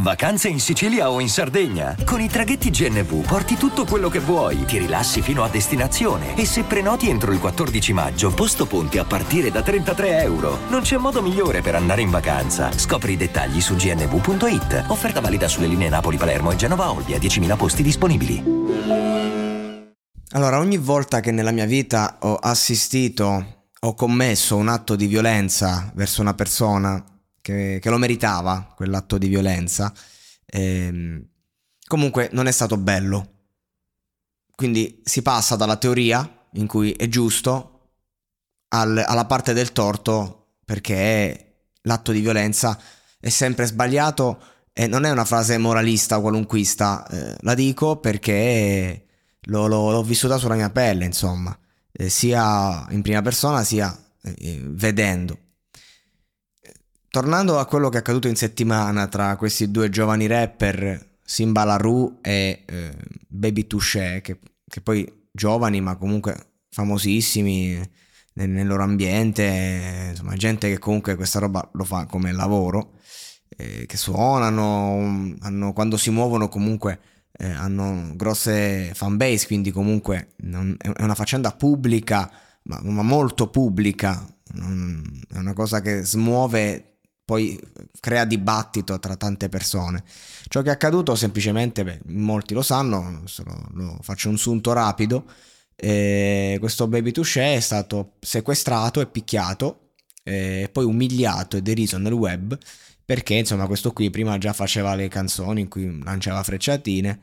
Vacanze in Sicilia o in Sardegna? Con i traghetti GNV porti tutto quello che vuoi, ti rilassi fino a destinazione e se prenoti entro il 14 maggio, posto ponti a partire da €33. Non c'è modo migliore per andare in vacanza. Scopri i dettagli su gnv.it. Offerta valida sulle linee Napoli-Palermo e Genova-Olbia, 10.000 posti disponibili. Allora, ogni volta che nella mia vita ho commesso un atto di violenza verso una persona che lo meritava, quell'atto di violenza, comunque non è stato bello. Quindi si passa dalla teoria, in cui è giusto, alla parte del torto, perché l'atto di violenza è sempre sbagliato e non è una frase moralista o qualunquista, la dico perché l'ho vissuta sulla mia pelle, insomma, sia in prima persona sia vedendo. Tornando a quello che è accaduto in settimana tra questi due giovani rapper, Simba La Ru e Baby Touché, che poi giovani ma comunque famosissimi nel loro ambiente, insomma gente che comunque questa roba lo fa come lavoro, che suonano, quando si muovono comunque hanno grosse fanbase, quindi comunque è una faccenda pubblica, ma molto pubblica, è una cosa che smuove, poi crea dibattito tra tante persone. Ciò che è accaduto semplicemente, molti lo sanno, lo faccio un sunto rapido, questo Baby Touché è stato sequestrato e picchiato, poi umiliato e deriso nel web, perché insomma questo qui prima già faceva le canzoni in cui lanciava frecciatine,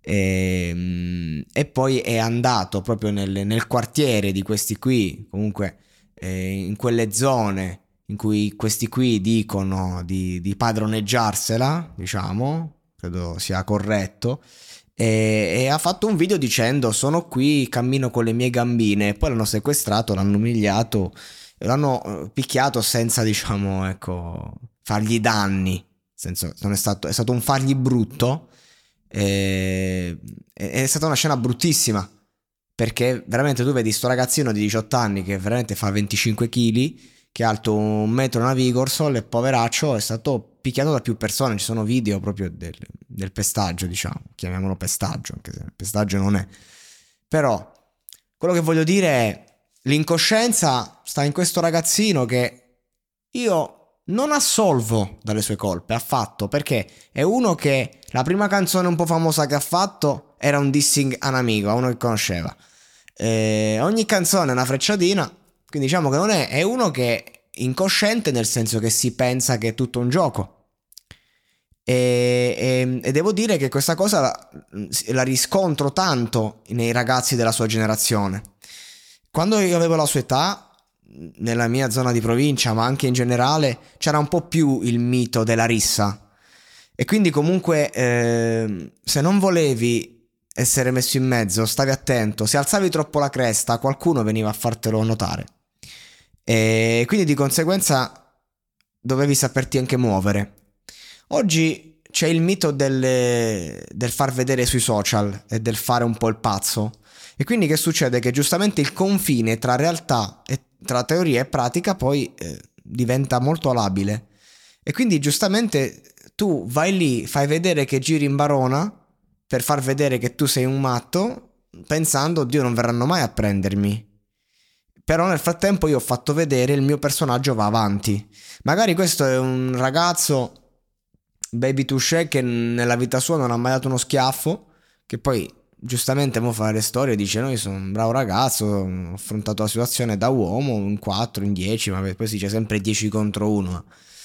e poi è andato proprio nel quartiere di questi qui, comunque in quelle zone in cui questi qui dicono di padroneggiarsela, diciamo, credo sia corretto, e ha fatto un video dicendo sono qui, cammino con le mie gambine, e poi l'hanno sequestrato, l'hanno umiliato, l'hanno picchiato senza, diciamo, ecco, fargli danni, nel senso, è stato un fargli brutto, è stata una scena bruttissima, perché veramente tu vedi sto ragazzino di 18 anni che veramente fa 25 kg, che è alto 1 metro e una Vigorsol, e poveraccio è stato picchiato da più persone. Ci sono video proprio del pestaggio, diciamo, chiamiamolo pestaggio, anche se pestaggio non è. Però quello che voglio dire è l'incoscienza sta in questo ragazzino, che io non assolvo dalle sue colpe affatto, perché è uno che la prima canzone un po' famosa che ha fatto era un dissing a un amico, a uno che conosceva, ogni canzone è una frecciatina. Quindi diciamo che non è uno che è incosciente, nel senso che si pensa che è tutto un gioco. E devo dire che questa cosa la riscontro tanto nei ragazzi della sua generazione. Quando io avevo la sua età, nella mia zona di provincia, ma anche in generale, c'era un po' più il mito della rissa. E quindi comunque se non volevi essere messo in mezzo, stavi attento. Se alzavi troppo la cresta, qualcuno veniva a fartelo notare. E quindi di conseguenza dovevi saperti anche muovere. Oggi c'è il mito del far vedere sui social e del fare un po' il pazzo. E quindi che succede? Che giustamente il confine tra realtà e tra teoria e pratica poi diventa molto labile. E quindi giustamente tu vai lì, fai vedere che giri in barona per far vedere che tu sei un matto, pensando, Dio, non verranno mai a prendermi. Però nel frattempo io ho fatto vedere il mio personaggio va avanti. Magari questo è un ragazzo, Baby Touché, che nella vita sua non ha mai dato uno schiaffo, che poi giustamente mo fa le storie e dice no, io sono un bravo ragazzo, ho affrontato la situazione da uomo in 4, in 10, ma poi si dice sempre 10 contro 1.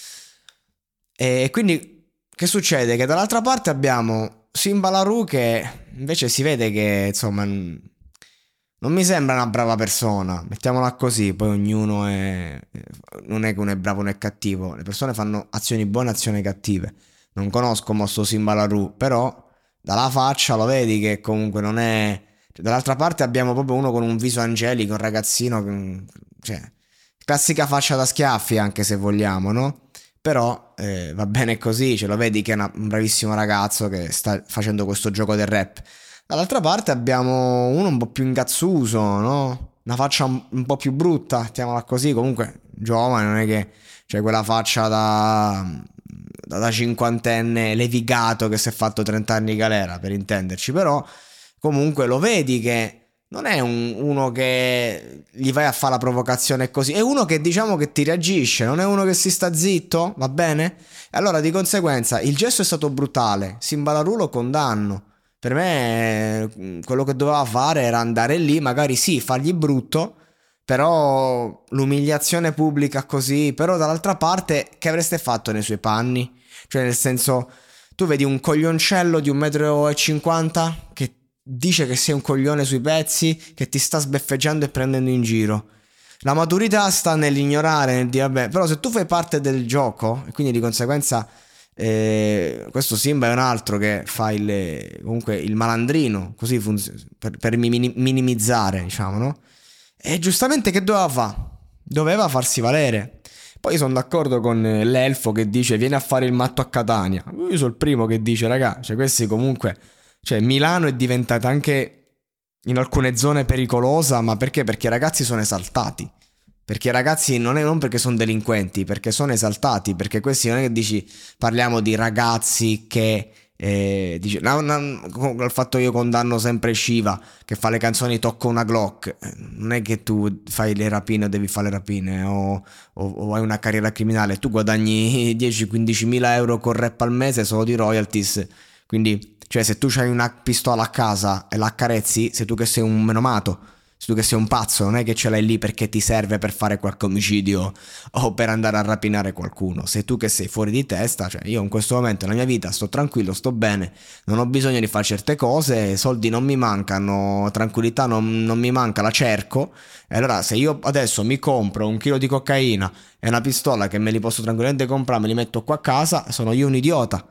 E quindi che succede? Che dall'altra parte abbiamo Simba La Ru, che invece si vede che insomma non mi sembra una brava persona, mettiamola così. Poi ognuno non è che uno è bravo né cattivo, le persone fanno azioni buone e azioni cattive. Non conosco mosso Simba La Ru, però dalla faccia lo vedi che comunque non è. Dall'altra parte abbiamo proprio uno con un viso angelico, un ragazzino, cioè classica faccia da schiaffi, anche se vogliamo, no? Però va bene così, ce lo vedi che è un bravissimo ragazzo che sta facendo questo gioco del rap. Dall'altra parte abbiamo uno un po' più ingazzuso, no? Una faccia un po' più brutta, mettiamola così, comunque giovane, non è che c'è quella faccia da da cinquantenne levigato che si è fatto 30 anni di galera, per intenderci. Però comunque lo vedi che non è uno che gli vai a fare la provocazione così, è uno che diciamo che ti reagisce, non è uno che si sta zitto, va bene? E allora di conseguenza il gesto è stato brutale, Simbalaru lo condanno. Per me quello che doveva fare era andare lì, magari sì, fargli brutto, però l'umiliazione pubblica così, però dall'altra parte che avreste fatto nei suoi panni? Cioè nel senso, tu vedi un coglioncello di 1,50 m che dice che sei un coglione sui pezzi, che ti sta sbeffeggiando e prendendo in giro. La maturità sta nell'ignorare, nel dire vabbè, però se tu fai parte del gioco e quindi di conseguenza questo Simba è un altro che fa comunque il malandrino, così per minimizzare, diciamo, no? E giustamente che doveva fare? Doveva farsi valere. Poi sono d'accordo con l'elfo che dice vieni a fare il matto a Catania. Io sono il primo che dice raga, cioè questi comunque, cioè Milano è diventata anche in alcune zone pericolosa, ma perché? Perché i ragazzi sono esaltati. Perché i ragazzi non perché sono delinquenti, perché sono esaltati, perché questi non è che dici parliamo di ragazzi che dice il fatto che io condanno sempre Shiva che fa le canzoni tocco una Glock, non è che tu fai le rapine o devi fare le rapine o hai una carriera criminale, tu guadagni 10-15 mila euro con rap al mese solo di royalties, quindi cioè se tu hai una pistola a casa e la accarezzi, sei tu che sei un menomato, sei tu che sei un pazzo, non è che ce l'hai lì perché ti serve per fare qualche omicidio o per andare a rapinare qualcuno, sei tu che sei fuori di testa. Cioè io in questo momento nella mia vita sto tranquillo, sto bene, non ho bisogno di fare certe cose, soldi non mi mancano, tranquillità non mi manca, la cerco. E allora se io adesso mi compro un chilo di cocaina e una pistola che me li posso tranquillamente comprare, me li metto qua a casa, sono io un idiota.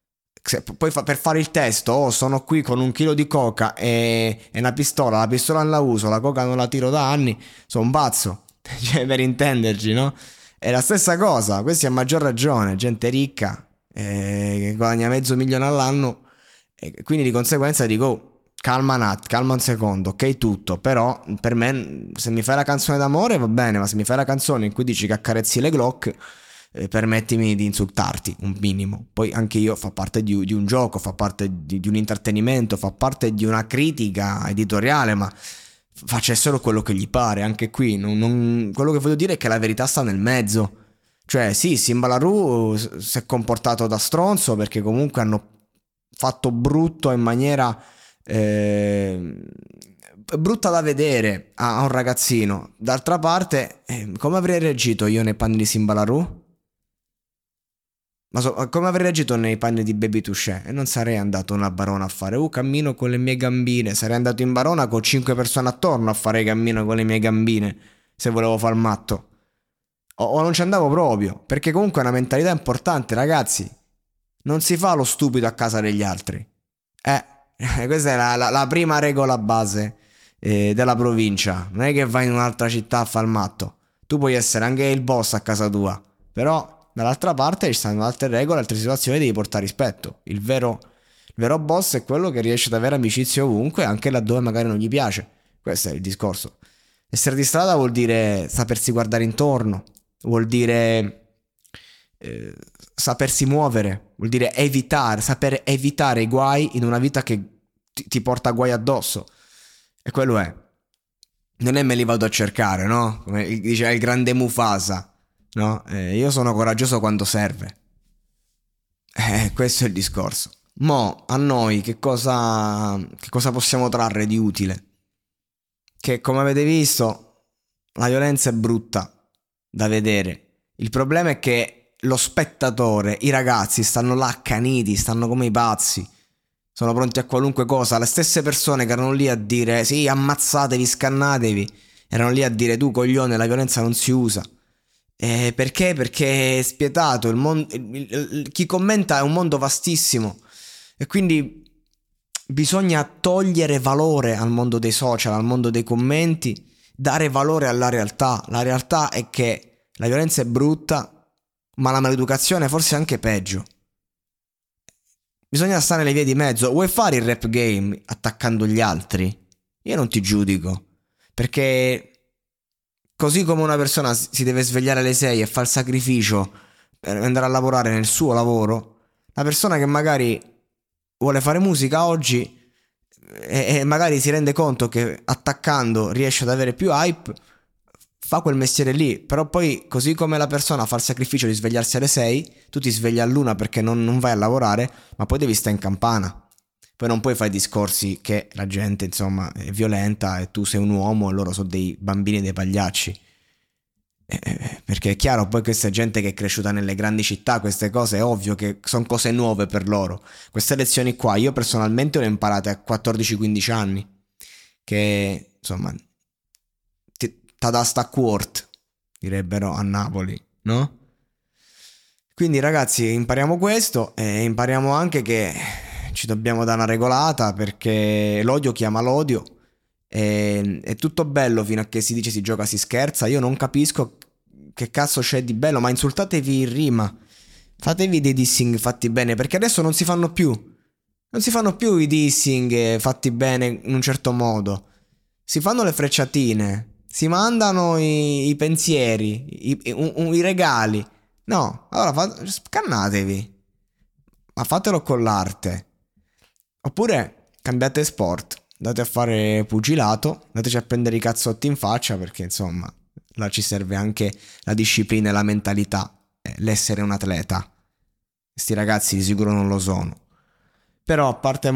Poi per fare il testo sono qui con un chilo di coca e una pistola, la pistola non la uso, la coca non la tiro da anni, sono un pazzo. Cioè per intenderci, no? È la stessa cosa, questi a maggior ragione, gente ricca che guadagna $500.000 all'anno e quindi di conseguenza dico calma un secondo, ok tutto, però per me se mi fai la canzone d'amore va bene, ma se mi fai la canzone in cui dici che accarezzi le Glock, permettimi di insultarti un minimo. Poi anche io fa parte di un gioco, fa parte di un intrattenimento, fa parte di una critica editoriale, ma facessero quello che gli pare. Anche qui quello che voglio dire è che la verità sta nel mezzo. Cioè sì, Simbalaru si è comportato da stronzo perché comunque hanno fatto brutto in maniera brutta da vedere a un ragazzino. D'altra parte come avrei reagito io nei panni di Simbalaru? Ma come avrei reagito nei panni di Baby Touché? E non sarei andato una barona a fare cammino con le mie gambine. Sarei andato in barona con 5 persone attorno a fare cammino con le mie gambine, se volevo far matto. O non ci andavo proprio, perché comunque è una mentalità importante, ragazzi. Non si fa lo stupido a casa degli altri. Questa è la prima regola base della provincia. Non è che vai in un'altra città a far matto. Tu puoi essere anche il boss a casa tua, però dall'altra parte ci stanno altre regole, altre situazioni, devi portare rispetto. Il vero boss è quello che riesce ad avere amicizie ovunque, anche laddove magari non gli piace. Questo è il discorso. Essere di strada vuol dire sapersi guardare intorno, vuol dire sapersi muovere, vuol dire saper evitare i guai in una vita che ti porta guai addosso. E quello è. Non è me li vado a cercare, no? Come dice il grande Mufasa. No, io sono coraggioso quando serve. Questo è il discorso. Mo' a noi che cosa possiamo trarre di utile? Che come avete visto la violenza è brutta da vedere. Il problema è che lo spettatore, i ragazzi stanno là accaniti, stanno come i pazzi, sono pronti a qualunque cosa. Le stesse persone che erano lì a dire sì, ammazzatevi, scannatevi, erano lì a dire tu coglione, la violenza non si usa. Perché? Perché è spietato. Chi commenta è un mondo vastissimo e quindi bisogna togliere valore al mondo dei social, al mondo dei commenti, dare valore alla realtà. La realtà è che la violenza è brutta, ma la maleducazione forse è anche peggio. Bisogna stare nelle vie di mezzo. Vuoi fare il rap game attaccando gli altri? Io non ti giudico, perché così come una persona si deve svegliare alle 6 e fare il sacrificio andare a lavorare nel suo lavoro, la persona che magari vuole fare musica oggi e magari si rende conto che attaccando riesce ad avere più hype, fa quel mestiere lì. Però poi, così come la persona fa il sacrificio di svegliarsi alle 6, tu ti svegli all'1 perché non vai a lavorare, ma poi devi stare in campana. Poi non puoi fare discorsi che la gente, insomma, è violenta e tu sei un uomo e loro sono dei bambini, dei pagliacci. Perché è chiaro, poi questa gente che è cresciuta nelle grandi città, queste cose è ovvio che sono cose nuove per loro. Queste lezioni qua io personalmente le ho imparate a 14-15 anni, che insomma tada sta quart, direbbero a Napoli, no? Quindi ragazzi, impariamo questo e impariamo anche che ci dobbiamo dare una regolata, perché l'odio chiama l'odio. È tutto bello fino a che si dice, si gioca, si scherza. Io non capisco che cazzo c'è di bello, ma insultatevi in rima, fatevi dei dissing fatti bene, perché adesso non si fanno più. Non si fanno più i dissing fatti bene in un certo modo. Si fanno le frecciatine, si mandano i pensieri, i regali. No, allora scannatevi, ma fatelo con l'arte. Oppure cambiate sport. Andate a fare pugilato, andateci a prendere i cazzotti in faccia, perché insomma là ci serve anche la disciplina e la mentalità, l'essere un atleta. Questi ragazzi di sicuro non lo sono. Però a parte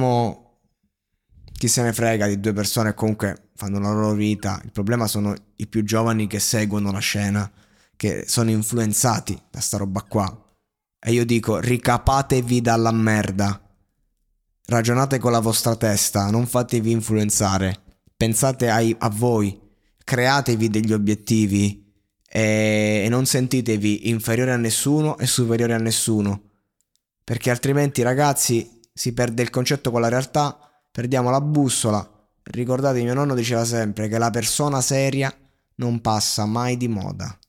chi se ne frega di due persone che comunque fanno la loro vita, il problema sono i più giovani che seguono la scena, che sono influenzati da sta roba qua. E io dico, ricapatevi dalla merda. Ragionate con la vostra testa, non fatevi influenzare, pensate a voi, createvi degli obiettivi e non sentitevi inferiore a nessuno e superiore a nessuno, perché altrimenti ragazzi si perde il concetto con la realtà, perdiamo la bussola. Ricordate, mio nonno diceva sempre che la persona seria non passa mai di moda.